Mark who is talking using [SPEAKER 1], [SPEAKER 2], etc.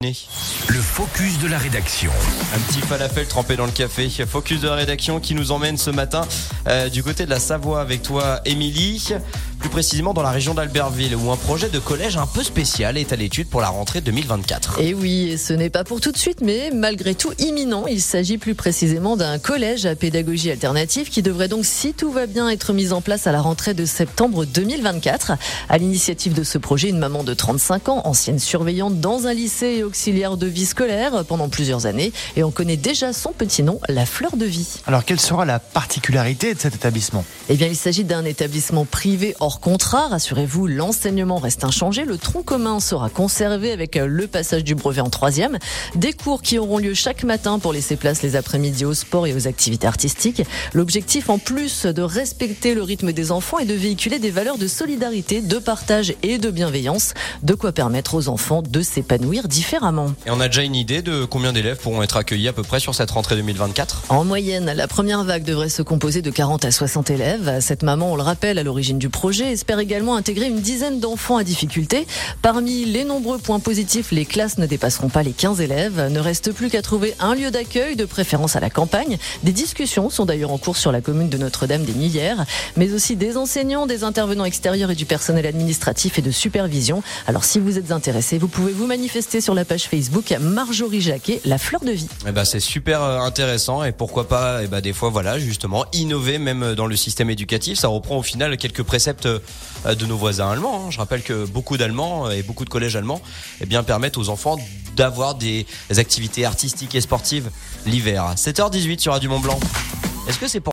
[SPEAKER 1] Le focus de la rédaction.
[SPEAKER 2] Un petit falafel trempé dans le café. Focus de la rédaction qui nous emmène ce matin du côté de la Savoie avec toi, Émilie. Plus précisément dans la région d'Albertville où un projet de collège un peu spécial est à l'étude pour la rentrée 2024.
[SPEAKER 3] Et oui, et ce n'est pas pour tout de suite, mais malgré tout imminent. Il s'agit plus précisément d'un collège à pédagogie alternative qui devrait donc, si tout va bien, être mis en place à la rentrée de septembre 2024. À l'initiative de ce projet, une maman de 35 ans, ancienne surveillante dans un lycée et auxiliaire de vie scolaire pendant plusieurs années. Et on connaît déjà son petit nom, la Fleur de Vie.
[SPEAKER 4] Alors, quelle sera la particularité de cet établissement ?
[SPEAKER 3] Eh bien, il s'agit d'un établissement privé hors contrat. Rassurez-vous, l'enseignement reste inchangé. Le tronc commun sera conservé avec le passage du brevet en 3e. Des cours qui auront lieu chaque matin pour laisser place les après-midi au sport et aux activités artistiques. L'objectif, en plus de respecter le rythme des enfants, est de véhiculer des valeurs de solidarité, de partage et de bienveillance. De quoi permettre aux enfants de s'épanouir différemment.
[SPEAKER 2] Et on a déjà une idée de combien d'élèves pourront être accueillis à peu près sur cette rentrée 2024 ?
[SPEAKER 3] En moyenne, la première vague devrait se composer de 40 à 60 élèves. Cette maman, on le rappelle, à l'origine du projet, espère également intégrer une dizaine d'enfants à difficulté. Parmi les nombreux points positifs, les classes ne dépasseront pas les 15 élèves. Ne reste plus qu'à trouver un lieu d'accueil, de préférence à la campagne. Des discussions sont d'ailleurs en cours sur la commune de Notre-Dame-des-Millières, mais aussi des enseignants, des intervenants extérieurs et du personnel administratif et de supervision. Alors si vous êtes intéressés, vous pouvez vous manifester sur la page Facebook Marjorie Jacquet, la Fleur de Vie.
[SPEAKER 2] C'est super intéressant et pourquoi pas des fois justement innover même dans le système éducatif. Ça reprend au final quelques préceptes de nos voisins allemands. Je rappelle que beaucoup d'Allemands et beaucoup de collèges allemands permettent aux enfants d'avoir des activités artistiques et sportives l'hiver. 7h18 sur Radio Mont Blanc. Est-ce que c'est pour